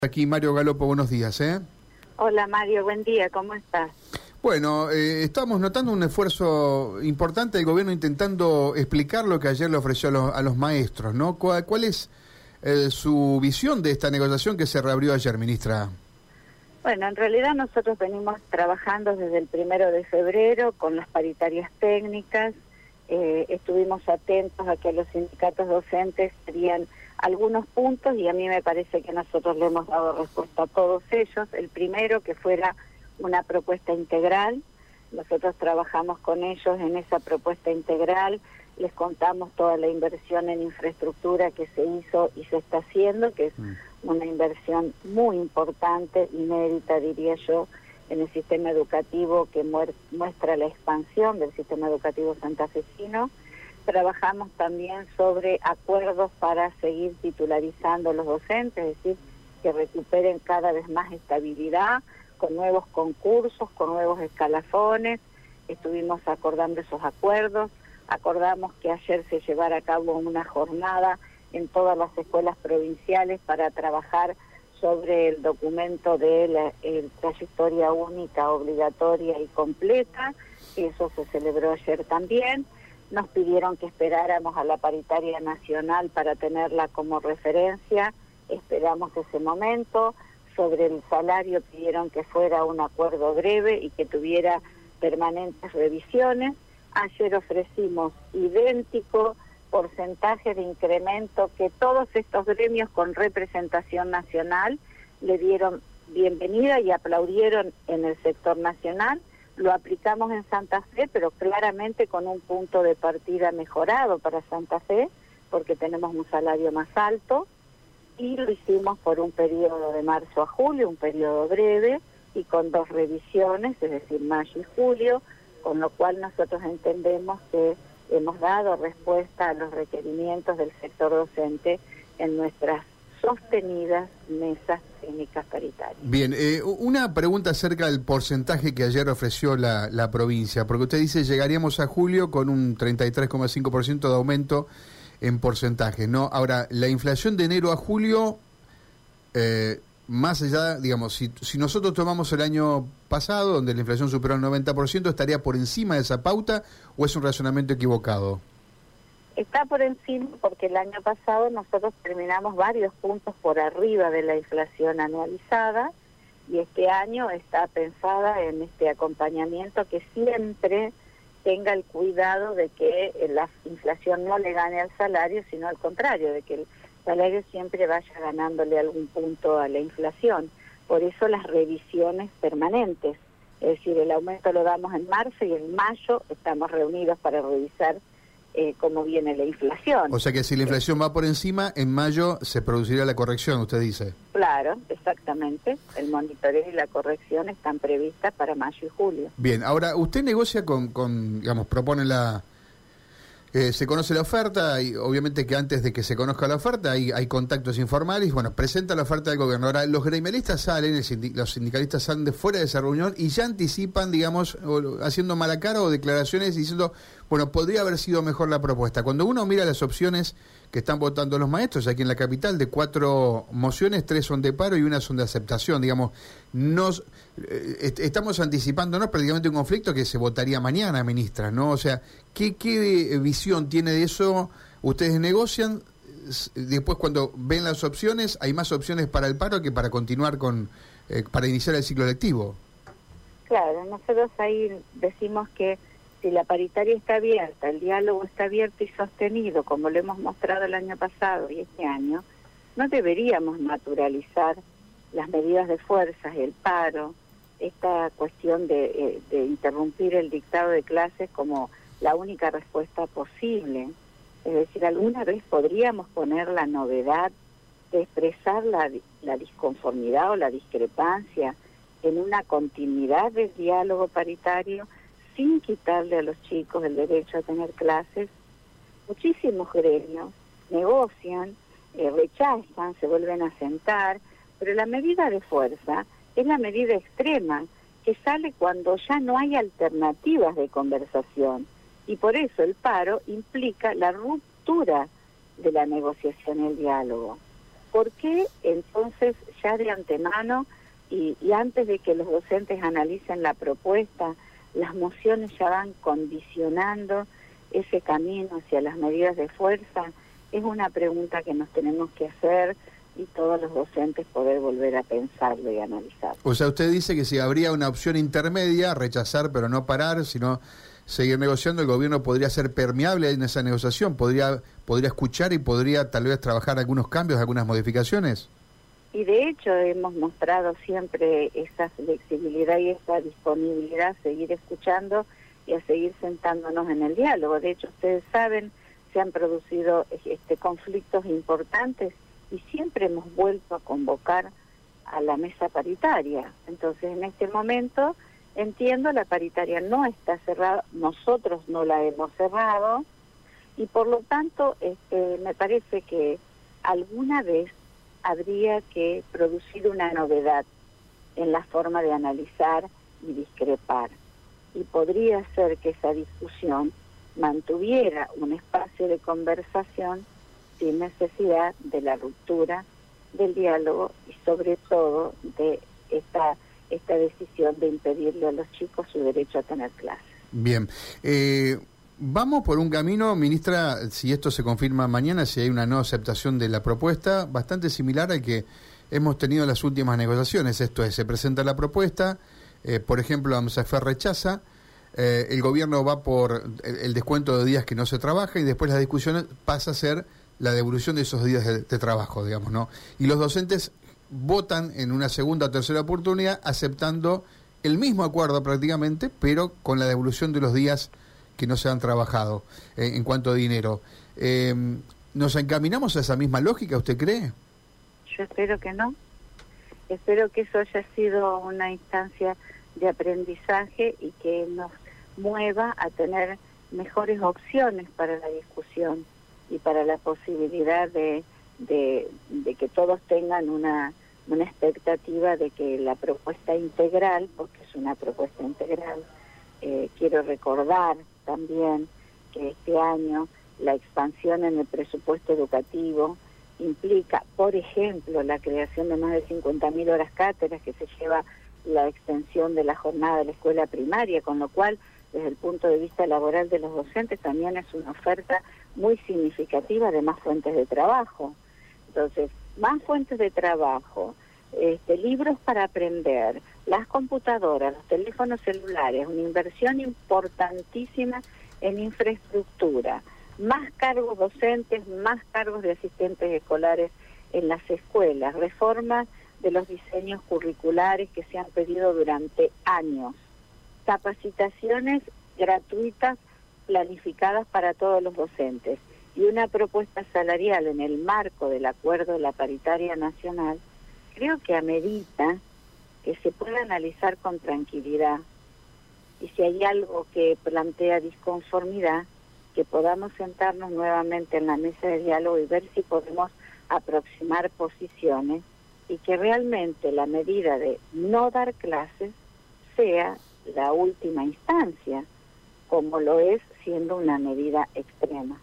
Aquí Mario Galopo, buenos días. Hola Mario, buen día, ¿cómo estás? Bueno, estamos notando un esfuerzo importante del gobierno intentando explicar lo que ayer le ofreció a los maestros, ¿no? ¿Cuál es su visión de esta negociación que se reabrió ayer, ministra? Bueno, en realidad nosotros venimos trabajando desde el 1 de febrero con las paritarias técnicas, estuvimos atentos a que los sindicatos docentes tenían algunos puntos y a mí me parece que nosotros le hemos dado respuesta a todos ellos. El primero, que fuera una propuesta integral. Nosotros trabajamos con ellos en esa propuesta integral, les contamos toda la inversión en infraestructura que se hizo y se está haciendo, que es una inversión muy importante, inédita diría yo, en el sistema educativo, que muestra la expansión del sistema educativo santafesino. Trabajamos también sobre acuerdos para seguir titularizando a los docentes, es decir, que recuperen cada vez más estabilidad, con nuevos concursos, con nuevos escalafones. Estuvimos acordando esos acuerdos. Acordamos que ayer se llevara a cabo una jornada en todas las escuelas provinciales para trabajar sobre el documento de la trayectoria única, obligatoria y completa. Eso se celebró ayer también. Nos pidieron que esperáramos a la paritaria nacional para tenerla como referencia. Esperamos ese momento. Sobre el salario pidieron que fuera un acuerdo breve y que tuviera permanentes revisiones. Ayer ofrecimos idéntico porcentaje de incremento que todos estos gremios con representación nacional le dieron bienvenida y aplaudieron en el sector nacional. Lo aplicamos en Santa Fe, pero claramente con un punto de partida mejorado para Santa Fe, porque tenemos un salario más alto, y lo hicimos por un periodo de marzo a julio, un periodo breve, y con 2 revisiones, es decir, mayo y julio, con lo cual nosotros entendemos que hemos dado respuesta a los requerimientos del sector docente en nuestras sostenidas mesas técnicas paritarias. Bien, una pregunta acerca del porcentaje que ayer ofreció la provincia, porque usted dice llegaríamos a julio con un 33,5% de aumento en porcentaje, ¿no? Ahora, la inflación de enero a julio, más allá, digamos, si nosotros tomamos el año pasado, donde la inflación superó el 90%, ¿estaría por encima de esa pauta o es un razonamiento equivocado? Está por encima porque el año pasado nosotros terminamos varios puntos por arriba de la inflación anualizada y este año está pensada en este acompañamiento que siempre tenga el cuidado de que la inflación no le gane al salario, sino al contrario, de que el salario siempre vaya ganándole algún punto a la inflación. Por eso las revisiones permanentes, es decir, el aumento lo damos en marzo y en mayo estamos reunidos para revisar cómo viene la inflación. O sea que si la inflación va por encima, en mayo se producirá la corrección, usted dice. Claro, exactamente. El monitoreo y la corrección están previstas para mayo y julio. Bien, ahora usted negocia con digamos, propone se conoce la oferta y obviamente que antes de que se conozca la oferta hay contactos informales, bueno, presenta la oferta del gobierno. Ahora los gremialistas salen, los sindicalistas salen de fuera de esa reunión y ya anticipan, digamos, haciendo mala cara o declaraciones diciendo, bueno, podría haber sido mejor la propuesta. Cuando uno mira las opciones que están votando los maestros aquí en la capital, de 4 mociones, 3 son de paro y 1 son de aceptación, digamos, estamos anticipándonos prácticamente un conflicto que se votaría mañana, ministra, ¿no? O sea, ¿qué visión tiene de eso? Ustedes negocian, después cuando ven las opciones, hay más opciones para el paro que para continuar para iniciar el ciclo lectivo. Claro, nosotros ahí decimos que si la paritaria está abierta, el diálogo está abierto y sostenido, como lo hemos mostrado el año pasado y este año, no deberíamos naturalizar las medidas de fuerza, el paro, esta cuestión de interrumpir el dictado de clases como la única respuesta posible. Es decir, alguna vez podríamos poner la novedad de expresar la disconformidad o la discrepancia en una continuidad del diálogo paritario sin quitarle a los chicos el derecho a tener clases. Muchísimos gremios negocian, rechazan, se vuelven a sentar, pero la medida de fuerza es la medida extrema que sale cuando ya no hay alternativas de conversación y por eso el paro implica la ruptura de la negociación y el diálogo. ¿por qué entonces ya de antemano y antes de que los docentes analicen la propuesta, las mociones ya van condicionando ese camino hacia las medidas de fuerza? Es una pregunta que nos tenemos que hacer y todos los docentes poder volver a pensarlo y analizarlo. O sea, usted dice que si habría una opción intermedia, rechazar pero no parar, sino seguir negociando, el gobierno podría ser permeable en esa negociación, podría escuchar y podría tal vez trabajar algunos cambios, algunas modificaciones. Y de hecho hemos mostrado siempre esa flexibilidad y esa disponibilidad a seguir escuchando y a seguir sentándonos en el diálogo. De hecho, ustedes saben, se han producido conflictos importantes y siempre hemos vuelto a convocar a la mesa paritaria. Entonces, en este momento, entiendo, la paritaria no está cerrada, nosotros no la hemos cerrado, y por lo tanto, me parece que alguna vez habría que producir una novedad en la forma de analizar y discrepar. Y podría ser que esa discusión mantuviera un espacio de conversación sin necesidad de la ruptura del diálogo y sobre todo de esta decisión de impedirle a los chicos su derecho a tener clases. Bien. Vamos por un camino, ministra, si esto se confirma mañana, si hay una no aceptación de la propuesta, bastante similar al que hemos tenido en las últimas negociaciones. Esto es, se presenta la propuesta, por ejemplo, AMSAFER rechaza, el gobierno va por el descuento de días que no se trabaja y después la discusión pasa a ser la devolución de esos días de trabajo, digamos, ¿no? Y los docentes votan en una segunda o tercera oportunidad aceptando el mismo acuerdo prácticamente, pero con la devolución de los días que no se han trabajado en cuanto a dinero. ¿Nos encaminamos a esa misma lógica, usted cree? Yo espero que no. Espero que eso haya sido una instancia de aprendizaje y que nos mueva a tener mejores opciones para la discusión y para la posibilidad de que todos tengan una expectativa de que la propuesta integral, porque es una propuesta integral, quiero recordar también que este año la expansión en el presupuesto educativo implica, por ejemplo, la creación de más de 50.000 horas cátedras que se lleva la extensión de la jornada de la escuela primaria, con lo cual, desde el punto de vista laboral de los docentes, también es una oferta muy significativa de más fuentes de trabajo. Entonces, más fuentes de trabajo, libros para aprender, las computadoras, los teléfonos celulares, una inversión importantísima en infraestructura, más cargos docentes, más cargos de asistentes escolares en las escuelas, reformas de los diseños curriculares que se han pedido durante años, capacitaciones gratuitas planificadas para todos los docentes y una propuesta salarial en el marco del acuerdo de la paritaria nacional, creo que amerita que se pueda analizar con tranquilidad y si hay algo que plantea disconformidad, que podamos sentarnos nuevamente en la mesa de diálogo y ver si podemos aproximar posiciones y que realmente la medida de no dar clases sea la última instancia, como lo es siendo una medida extrema.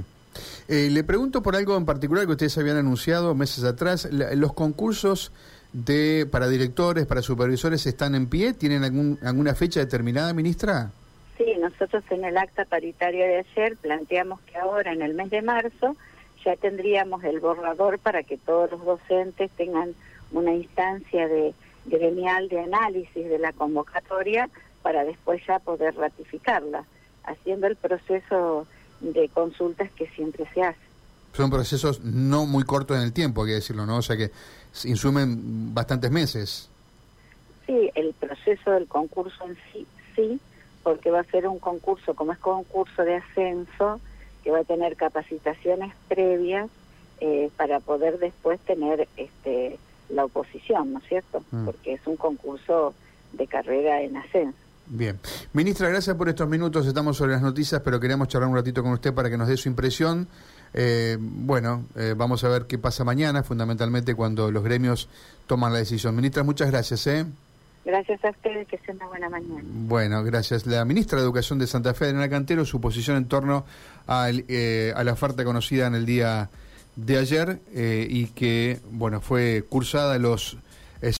Le pregunto por algo en particular que ustedes habían anunciado meses atrás. ¿Los concursos para directores, para supervisores están en pie? ¿Tienen alguna fecha determinada, ministra? Sí, nosotros en el acta paritaria de ayer planteamos que ahora, en el mes de marzo, ya tendríamos el borrador para que todos los docentes tengan una instancia gremial de análisis de la convocatoria para después ya poder ratificarla, haciendo el proceso de consultas que siempre se hace. Son procesos no muy cortos en el tiempo, hay que decirlo, ¿no? O sea que insumen bastantes meses. Sí, el proceso del concurso en sí, porque va a ser un concurso, como es concurso de ascenso, que va a tener capacitaciones previas para poder después tener la oposición, ¿no es cierto? Porque es un concurso de carrera en ascenso. Bien. Ministra, gracias por estos minutos. Estamos sobre las noticias, pero queríamos charlar un ratito con usted para que nos dé su impresión. Vamos a ver qué pasa mañana, fundamentalmente cuando los gremios toman la decisión. Ministra, muchas gracias. Gracias a ustedes, que sea una buena mañana. Bueno, gracias. La ministra de Educación de Santa Fe, Adriana Cantero, su posición en torno a la oferta conocida en el día de ayer y que, bueno, fue cursada los